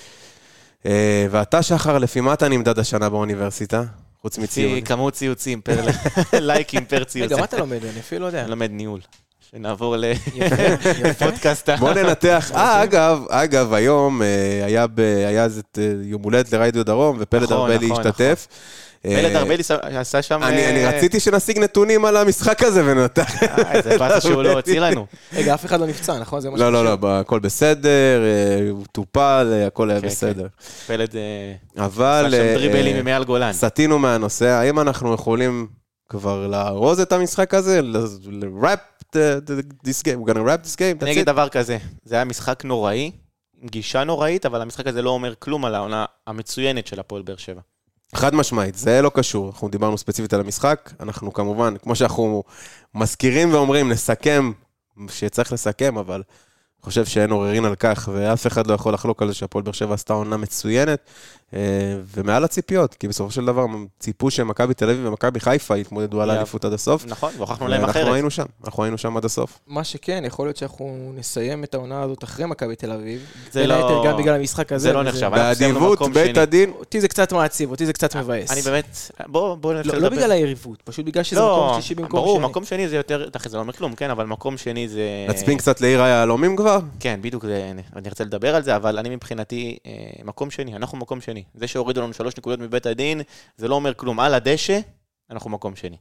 ואתה שחר, לפי מה אתה נמדד השנה באוניברסיטה? חוץ מציון.
כמות ציוצים, לייקים פר ציוצים.
רגע, מה אתה לומד? אני אפילו לא יודע.
אני לומד ניהול. שנעבור לפודקאסט.
בוא ננתח. אה, אגב, אגב, היום היה איזה יום הולדת לרדיו דרום, ופלד ארבלי השתתף.
פלד ארבלי עשה שם...
אני רציתי שנשיג נתונים על המשחק הזה ונתח.
זה באסה שהוא לא הוציא לנו.
רגע, אף אחד לא נפצע, נכון?
לא, לא, לא, הכל בסדר, הוא טופל, הכל היה בסדר.
פלד
עשה
שם דריבלים ממעל גולן.
סטינו מהנושא, האם אנחנו יכולים כבר לארוז את המשחק הזה, לראפ this game, we're gonna wrap this game,
אני אגיד דבר כזה, זה היה משחק נוראי, עם גישה נוראית, אבל המשחק הזה לא אומר כלום על העונה המצוינת של הפועל באר שבע.
חד משמעית, זה לא קשור, אנחנו דיברנו ספציפית על המשחק, אנחנו כמובן, כמו שאנחנו מזכירים ואומרים, נסכם, שצריך לסכם, אבל אני חושב שאין עוררין על כך, ואף אחד לא יכול לחלוק על זה שהפועל באר שבע עשתה עונה מצוינת, ומעל הציפיות, כי בסופו של דבר ציפו שמכבי תל אביב ומכבי חיפה יתמודדו על האליפות עד הסוף.
נכון, והוכחנו להם אחרת.
אנחנו היינו שם, אנחנו היינו שם עד הסוף.
מה שכן, יכול להיות שאנחנו נסיים את העונה הזאת אחרי מכבי תל אביב, בין היתר גם בגלל המשחק הזה.
זה לא נחשב.
באדיבות, בית הדין.
אותי זה קצת מעציב, אותי זה קצת מבאס.
אני באמת, בוא נתחיל לדבר.
לא בגלל היריבות, פשוט בגלל שזה מקום שלישי במקום שני.
ברור, מקום שני זה יותר, זה לא אומר כלום, כן, אבל מקום שני זה...
נצפין קצת לעיר היהלומים כבר?
כן, בדיוק, אני רוצה לדבר על זה, אבל אני מבחינתי מקום שני, אנחנו מקום שני. זה שהורידו לנו שלוש נקודות מבית הדין, זה לא אומר כלום. על הדשא, אנחנו מקום שני.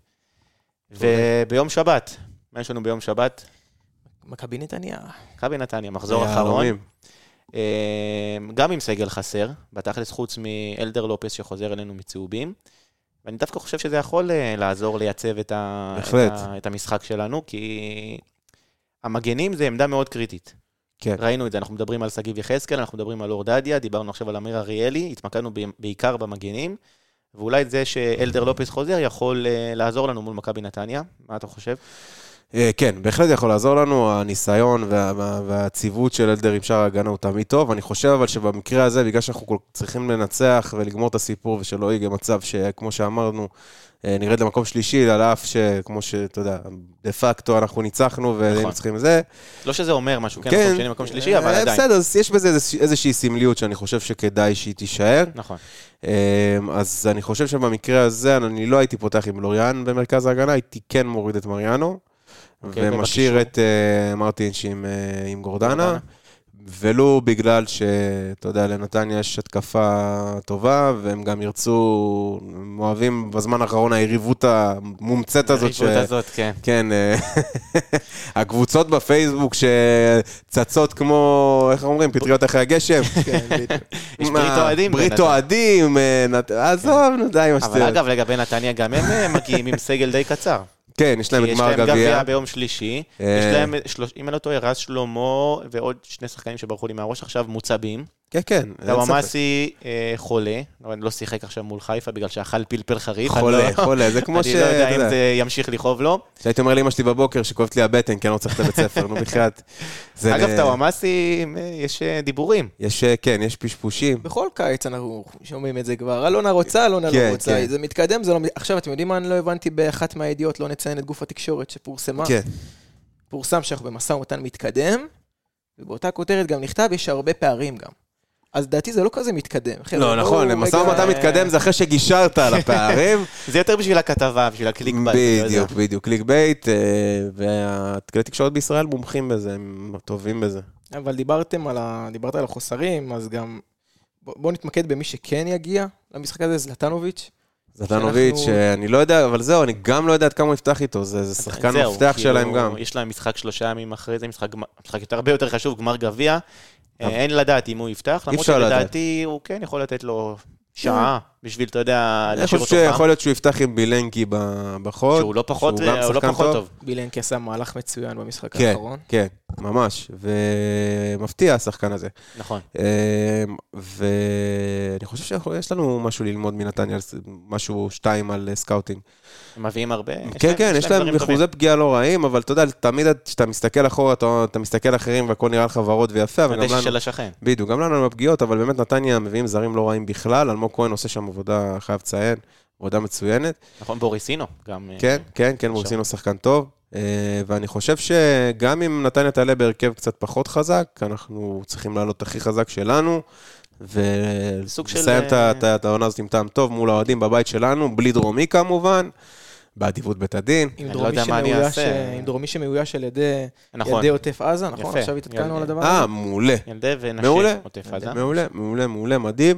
וביום שבת, מה יש לנו ביום שבת?
מכבי נתניה.
מכבי נתניה, מחזור אחרון. גם עם סגל חסר, בתכלס חוץ מאלדר לופס שחוזר אלינו מצהובים. ואני דווקא חושב שזה יכול לעזור לייצב את, ה... את, ה... את המשחק שלנו, כי המגנים זה עמדה מאוד קריטית.
כן.
ראינו את זה, אנחנו מדברים על סגיב יחזקאל, אנחנו מדברים על אורדדיה, דיברנו עכשיו על אמיר אריאלי, התמקדנו בעיקר במגנים, ואולי זה שאלדר לופס חוזר יכול לעזור לנו מול מכבי נתניה. מה אתה חושב?
כן, בהחלט יכול לעזור לנו, הניסיון והציוות של אלדר עם שאר ההגנה הוא תמיד טוב, אני חושב אבל שבמקרה הזה, בגלל שאנחנו צריכים לנצח ולגמור את הסיפור, ושלא יהיה מצב שכמו שאמרנו, נרד למקום שלישי, על אף שכמו שאתה יודע, דה פקטו אנחנו ניצחנו והיינו צריכים זה.
לא שזה אומר משהו, כן, מקום שני, מקום שלישי, אבל עדיין.
בסדר, אז יש בזה איזושהי סמליות שאני חושב שכדאי שהיא תישאר.
נכון.
אז אני חושב שבמקרה הזה, אני לא הייתי פותח עם לוריאן במרכז ההגנה, הייתי כן מוריד את מריאנו, ומשאיר את מרטינש עם גורדנה. ולו בגלל שאתה יודע, לנתניה יש התקפה טובה, והם גם ירצו, הם אוהבים בזמן האחרון היריבות המומצאת הזאת.
היריבות הזאת, כן.
כן, הקבוצות בפייסבוק שצצות כמו, איך אומרים, פטריות אחרי הגשם.
יש ברית אוהדים.
ברית אוהדים, עזוב, נו די, מה שתהיה.
אבל אגב, לגבי נתניה, גם הם מגיעים עם סגל די קצר.
כן, יש להם את גמר
יש להם
גביע.
גביע ביום שלישי, יש להם, אם אני לא טועה, רז שלמה ועוד שני שחקנים שברחו לי מהראש עכשיו מוצבים.
כן, כן.
טוואמאסי חולה, לא שיחק עכשיו מול חיפה בגלל שאכל פלפל חריף.
חולה, חולה, זה כמו ש...
אני לא יודע אם זה ימשיך לכאוב לו.
שהייתי אומר לאמא שלי בבוקר שכואבת לי הבטן, כי אני לא צריך את הבית ספר, נו בחייאת.
אגב, טוואמאסי, יש דיבורים.
יש, כן, יש פשפושים.
בכל קיץ אנחנו שומעים את זה כבר. אלונה רוצה, אלונה לא רוצה. זה מתקדם, זה לא... עכשיו, אתם יודעים מה אני לא הבנתי באחת מהידיעות, לא נציין את גוף התקשורת שפורסמה.
כן.
פורסם שאנחנו במשא ומתן מתקדם, ובאותה כותרת גם נכתב, יש הרבה פערים גם. אז דעתי זה לא כזה מתקדם.
לא, נכון, משא ומתן מתקדם זה אחרי שגישרת על הפערים.
זה יותר בשביל הכתבה, בשביל הקליק בייט.
בדיוק, בדיוק, קליק בייט, והכלי תקשורת בישראל מומחים בזה, הם טובים בזה.
אבל דיברתם על ה... דיברת על החוסרים, אז גם... בואו נתמקד במי שכן יגיע למשחק הזה, זלטנוביץ'.
זלטנוביץ', אני לא יודע, אבל זהו, אני גם לא יודע עד כמה הוא יפתח איתו, זה שחקן מפתח שלהם גם.
יש להם משחק שלושה ימים אחרי זה, משחק הרבה יותר חשוב, גמר גביע. אין לדעת אם הוא יפתח, למרות שלדעתי הוא כן יכול לתת לו שעה, בשביל, אתה יודע,
להשאיר אותו חם. יכול להיות שהוא יפתח עם בילנקי בחוד.
שהוא לא פחות טוב.
בילנקי עשה מהלך מצוין במשחק האחרון.
כן, ממש, ומפתיע השחקן הזה.
נכון.
ואני חושב שיש לנו משהו ללמוד מנתניה, משהו שתיים על סקאוטינג.
הם מביאים הרבה.
כן, כן, יש להם אחוזי פגיעה לא רעים, אבל אתה יודע, תמיד כשאתה מסתכל אחורה, אתה מסתכל אחרים והכל נראה לך ורוד ויפה.
הדשא של השכן.
בדיוק, גם לנו בפגיעות, אבל באמת נתניה מביאים זרים לא רעים בכלל, אלמוג כהן עושה שם עבודה, חייב לציין, עבודה מצוינת.
נכון, בוריסינו גם.
כן, כן, כן, בוריסינו שחקן טוב, ואני חושב שגם אם נתניה תעלה בהרכב קצת פחות חזק, אנחנו צריכים לעלות הכי חזק שלנו, ולסיים את העונה הזאת עם טעם טוב מול האוהדים בבית שלנו, בלי דרומי כמובן, באדיבות בית הדין.
עם דרומי שמאויש על ידי ילדי עוטף עזה, נכון? עכשיו התעדכנו על הדבר הזה?
אה, מעולה.
ילדי ונשי עוטף עזה.
מעולה, מעולה, מעולה, מדהים.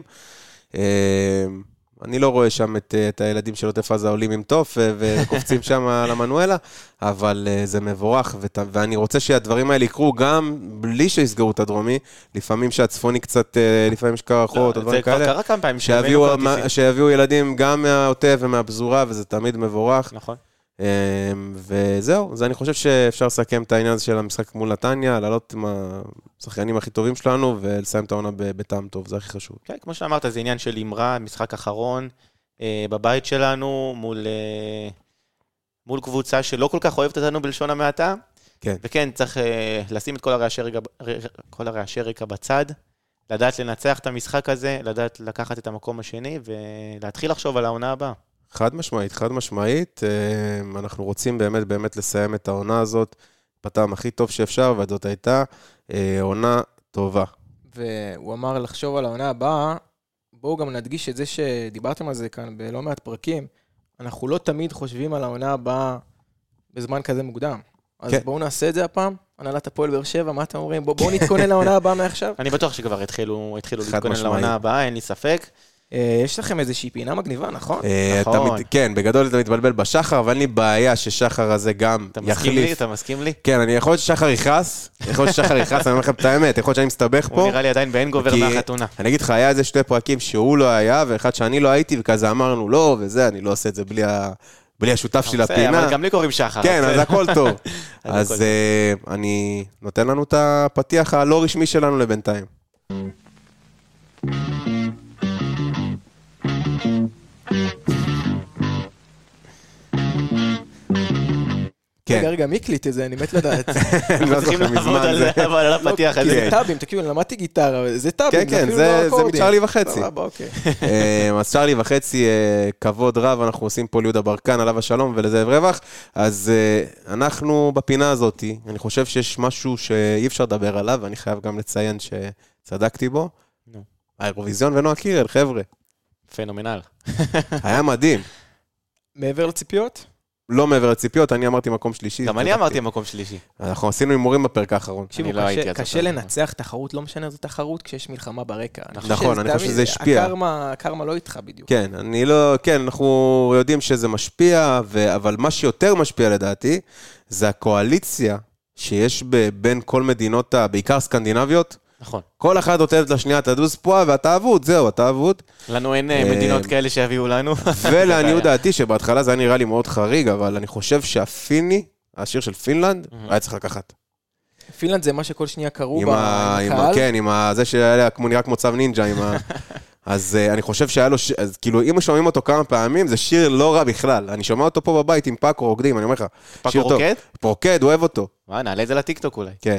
אני לא רואה שם את, את הילדים של עוטף עזה עולים עם טוף וקופצים שם על המנואלה, אבל זה מבורך, ות, ואני רוצה שהדברים האלה יקרו גם בלי שיסגרו את הדרומי, לפעמים שהצפוני קצת, לפעמים יש קרחות, או דברים כאלה.
זה כבר קרה כמה פעמים.
שיביאו, שיביאו ילדים גם מהעוטף ומהפזורה, וזה תמיד מבורך.
נכון.
וזהו, זה אני חושב שאפשר לסכם את העניין הזה של המשחק מול נתניה, לעלות עם השחקנים הכי טובים שלנו ולסיים את העונה בטעם טוב, זה הכי חשוב.
כן, כמו שאמרת, זה עניין של אמרה, משחק אחרון בבית שלנו מול מול קבוצה שלא כל כך אוהבת אותנו בלשון המעטה, וכן, צריך לשים את כל הרעשי רקע בצד, לדעת לנצח את המשחק הזה, לדעת לקחת את המקום השני ולהתחיל לחשוב על העונה הבאה.
חד משמעית, חד משמעית, אנחנו רוצים באמת באמת לסיים את העונה הזאת, בטעם הכי טוב שאפשר, והזאת הייתה עונה טובה.
והוא אמר לחשוב על העונה הבאה, בואו גם נדגיש את זה שדיברתם על זה כאן בלא מעט פרקים, אנחנו לא תמיד חושבים על העונה הבאה בזמן כזה מוקדם. אז כן. בואו נעשה את זה הפעם, הנהלת הפועל באר שבע, מה אתם אומרים? בואו נתכונן לעונה הבאה מעכשיו.
אני בטוח שכבר התחילו להתכונן לעונה הבאה, אין לי ספק.
יש לכם איזושהי פינה מגניבה, נכון?
נכון. כן, בגדול אתה מתבלבל בשחר, אבל אין לי בעיה ששחר הזה גם יחליף.
אתה מסכים לי? אתה מסכים לי?
כן, אני יכול להיות ששחר יכעס, יכול להיות ששחר יכעס, אני אומר לכם את האמת, יכול להיות שאני מסתבך פה.
הוא נראה לי עדיין באין גובר מהחתונה.
אני אגיד לך, היה איזה שתי פרקים שהוא לא היה, ואחד שאני לא הייתי, וכזה אמרנו לא, וזה, אני לא עושה את זה בלי ה... בלי השותף של הפינה.
אבל גם לי קוראים שחר.
כן, אז הכל טוב. אז אני נותן לנו את הפתיח הלא רשמי שלנו לבינתיים.
רגע, רגע, מי קליט את זה? אני מת לדעת.
לא זוכר מזמן זה.
אבל על הפתיח הזה.
זה טאבים, תקשיבו, אני למדתי גיטרה, זה טאבים.
כן, כן, זה מצ'רלי וחצי.
אוקיי.
אז צ'רלי וחצי, כבוד רב, אנחנו עושים פה ליהודה ברקן, עליו השלום ולזאב רווח. אז אנחנו בפינה הזאת, אני חושב שיש משהו שאי אפשר לדבר עליו, ואני חייב גם לציין שצדקתי בו. האירוויזיון ונועה קירל, חבר'ה.
פנומנל.
היה מדהים.
מעבר לציפיות?
לא מעבר לציפיות, אני אמרתי מקום שלישי.
גם אני אמרתי מקום שלישי.
אנחנו עשינו הימורים בפרק האחרון.
קשה לנצח תחרות, לא משנה זו תחרות כשיש מלחמה ברקע.
נכון, אני חושב שזה השפיע.
הקרמה לא איתך בדיוק.
כן, אני לא, כן, אנחנו יודעים שזה משפיע, אבל מה שיותר משפיע לדעתי, זה הקואליציה שיש בין כל מדינות, בעיקר סקנדינביות,
נכון.
כל אחד נותנת לשנייה, אתה דוז פה, ואתה אבוד, זהו, אתה אבוד.
לנו אין מדינות כאלה שיביאו לנו.
ולעניות דעתי, שבהתחלה זה היה נראה לי מאוד חריג, אבל אני חושב שהפיני, השיר של פינלנד, היה צריך לקחת.
פינלנד זה מה שכל שנייה קראו
בקהל. כן, עם זה שהיה נראה כמו צו נינג'ה, עם ה... אז אני חושב שהיה לו, אז כאילו, אם שומעים אותו כמה פעמים, זה שיר לא רע בכלל. אני שומע אותו פה בבית עם פאקו רוקדים, אני אומר לך,
פאקו רוקד?
רוקד, אוהב אותו.
מה, נעלה את זה לטיקטוק אולי.
כן.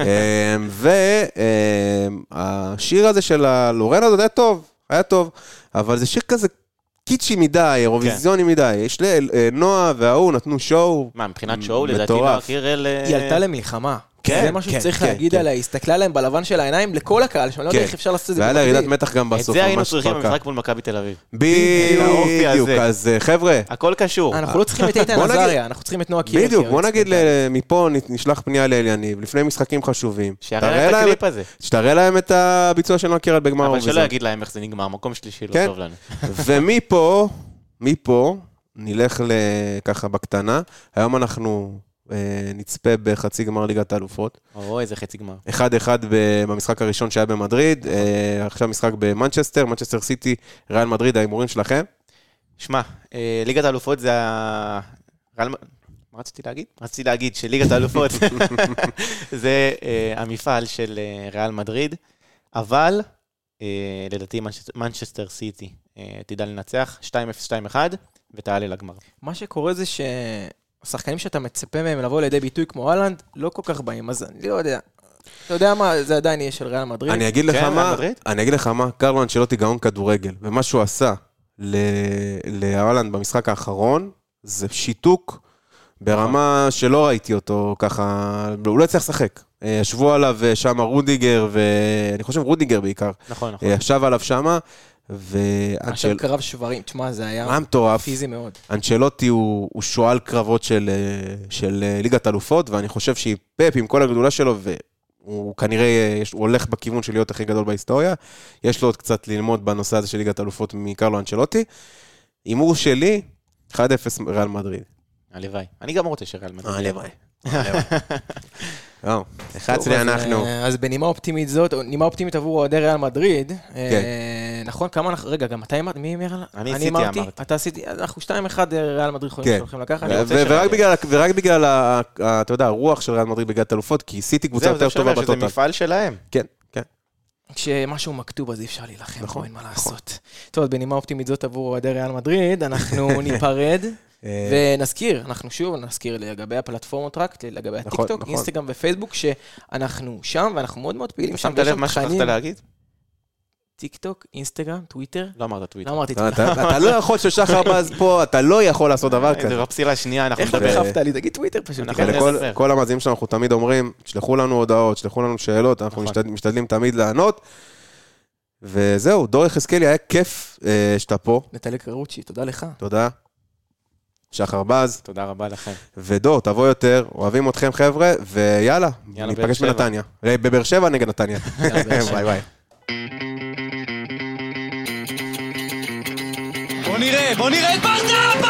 והשיר הזה של הלורן הזה היה טוב, היה טוב, אבל זה שיר כזה קיצ'י מדי, אירוויזיוני מדי. יש לנועה וההוא נתנו שואו.
מה, מבחינת שואו, לדעתי לא קירל...
היא עלתה למלחמה. זה משהו שצריך להגיד עליה, הסתכלה להם בלבן של העיניים לכל הקהל, שאני לא יודע איך אפשר לעשות את זה.
והיה לה ירידת מתח גם בסוף.
את זה היינו צריכים במשחק מול מכבי תל אביב.
בדיוק, אז חבר'ה.
הכל קשור.
אנחנו לא צריכים את איתן עזריה, אנחנו צריכים את נועה קירל.
בדיוק, בוא נגיד מפה נשלח פנייה לאליניב, לפני משחקים חשובים.
שיראה להם את הקליפ הזה.
שתראה להם את הביצוע של נועה קירל בגמר.
אבל שלא יגיד להם איך זה נגמר, מקום שלישי לא טוב לנו.
ומפה, מפה, נלך ככה בקטנה. היום אנחנו נצפה בחצי גמר ליגת האלופות.
או, איזה חצי גמר.
אחד אחד במשחק הראשון שהיה במדריד, עכשיו משחק במנצ'סטר, מנצ'סטר סיטי, ריאל מדריד, האימורים שלכם?
שמע, ליגת האלופות זה ה... מה רציתי להגיד? רציתי להגיד שליגת האלופות זה המפעל של ריאל מדריד, אבל לדעתי מנצ'סטר סיטי תדע לנצח שתיים אפס שתיים אחת ותעלה לגמר.
מה שקורה זה ש... השחקנים שאתה מצפה מהם לבוא לידי ביטוי כמו הלנד, לא כל כך באים, אז אני לא יודע. אתה יודע מה, זה עדיין יהיה של ריאל מדריד.
אני אגיד לך מה, אני אגיד לך מה, קרלו אנצ'לוטי גאון כדורגל, ומה שהוא עשה להלנד במשחק האחרון, זה שיתוק ברמה שלא ראיתי אותו ככה, הוא לא יצליח לשחק. ישבו עליו שם רודיגר, ואני חושב רודיגר בעיקר.
נכון, נכון.
ישב עליו שמה,
עכשיו קרב שברים, תשמע, זה היה פיזי מאוד.
אנצ'לוטי הוא, הוא שואל קרבות של, של ליגת אלופות, ואני חושב שהיא פאפ עם כל הגדולה שלו, והוא כנראה, הוא הולך בכיוון של להיות הכי גדול בהיסטוריה, יש לו עוד קצת ללמוד בנושא הזה של ליגת אלופות מקרלו אנצ'לוטי. הימור שלי, אחד אפס ריאל מדריד.
הלוואי. אני גם רוצה שריאל מדריד.
הלוואי. לא, אחד אצלי אנחנו.
אז בנימה אופטימית זאת, נימה אופטימית עבור אוהדי ריאל מדריד, נכון, כמה אנחנו, רגע, גם אתה אמרת, מי אמר?
אני עשיתי, אמרתי.
אתה עשיתי, אנחנו שתיים אחד ריאל מדריד הולכים לקחת.
ורק בגלל, אתה יודע, הרוח של ריאל מדריד בגלל אלופות, כי סיטי קבוצה יותר טובה בטוטל.
שזה מפעל שלהם.
כן, כן.
כשמשהו מכתוב, אז אי אפשר להילחם, אין מה לעשות. טוב, בנימה אופטימית זאת עבור אוהדי ריאל מדריד, אנחנו ניפרד. ונזכיר, אנחנו שוב נזכיר לגבי הפלטפורמות רק, לגבי הטיקטוק, אינסטגרם ופייסבוק, שאנחנו שם, ואנחנו מאוד מאוד פעילים שם.
שמת לב מה שכחת להגיד?
טיקטוק, אינסטגרם, טוויטר.
לא אמרת טוויטר.
לא אמרתי טוויטר.
אתה לא יכול ששחר בז פה, אתה לא יכול לעשות דבר כזה.
זה בפסילה השנייה, אנחנו
נדבר. איך דחפת לי? תגיד טוויטר פשוט.
כל המאזינים שלנו, אנחנו תמיד אומרים, תשלחו לנו הודעות, תשלחו לנו שאלות, אנחנו משתדלים תמיד לענות. וזהו, דור יחזקאלי, היה כיף שאתה פה.
נטלי קרוצ'י, תודה לך.
תודה. שחר בז.
תודה רבה לכם.
ודור, תבוא יותר, אוהבים אתכם חבר'ה, ויאללה, נתפגש בנתניה. בבאר שבע נגד נתניה. ביי ביי.
בוא נראה, בוא נראה את ברדה!